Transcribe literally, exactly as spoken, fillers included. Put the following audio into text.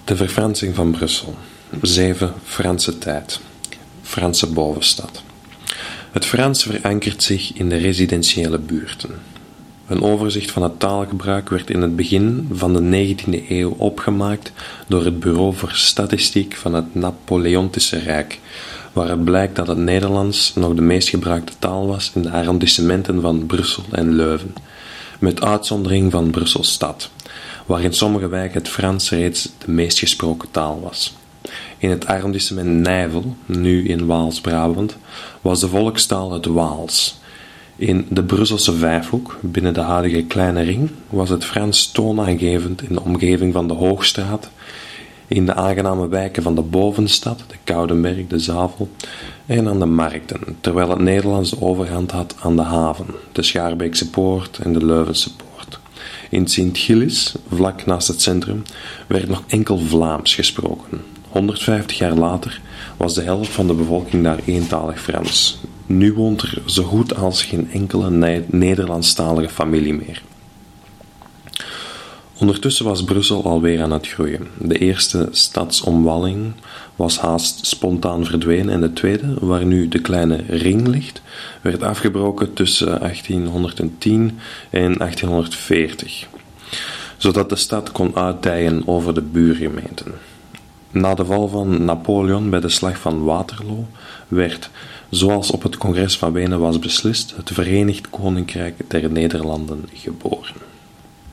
De verfransing van Brussel. zeven Franse tijd. Franse bovenstad. Het Frans verankert zich in de residentiële buurten. Een overzicht van het taalgebruik werd in het begin van de negentiende eeuw opgemaakt door het Bureau voor Statistiek van het Napoleontische Rijk, waaruit blijkt dat het Nederlands nog de meest gebruikte taal was in de arrondissementen van Brussel en Leuven, met uitzondering van Brussel-stad, waar in sommige wijken het Frans reeds de meest gesproken taal was. In het arrondissement Nijvel, nu in Waals-Brabant, was de volkstaal het Waals. In de Brusselse Vijfhoek, binnen de huidige Kleine Ring, was het Frans toonaangevend in de omgeving van de Hoogstraat, in de aangename wijken van de Bovenstad, de Koudenberg, de Zavel en aan de markten, terwijl het Nederlands de overhand had aan de haven, de Schaarbeekse Poort en de Leuvense Poort. In Sint-Gillis, vlak naast het centrum, werd nog enkel Vlaams gesproken. honderdvijftig jaar later was de helft van de bevolking daar eentalig Frans. Nu woont er zo goed als geen enkele Nederlandstalige familie meer. Ondertussen was Brussel alweer aan het groeien. De eerste stadsomwalling was haast spontaan verdwenen en de tweede, waar nu de Kleine Ring ligt, werd afgebroken tussen achttienhonderdtien en achttienhonderdveertig, zodat de stad kon uitdijen over de buurgemeenten. Na de val van Napoleon bij de slag van Waterloo werd, zoals op het congres van Wenen was beslist, het Verenigd Koninkrijk der Nederlanden geboren.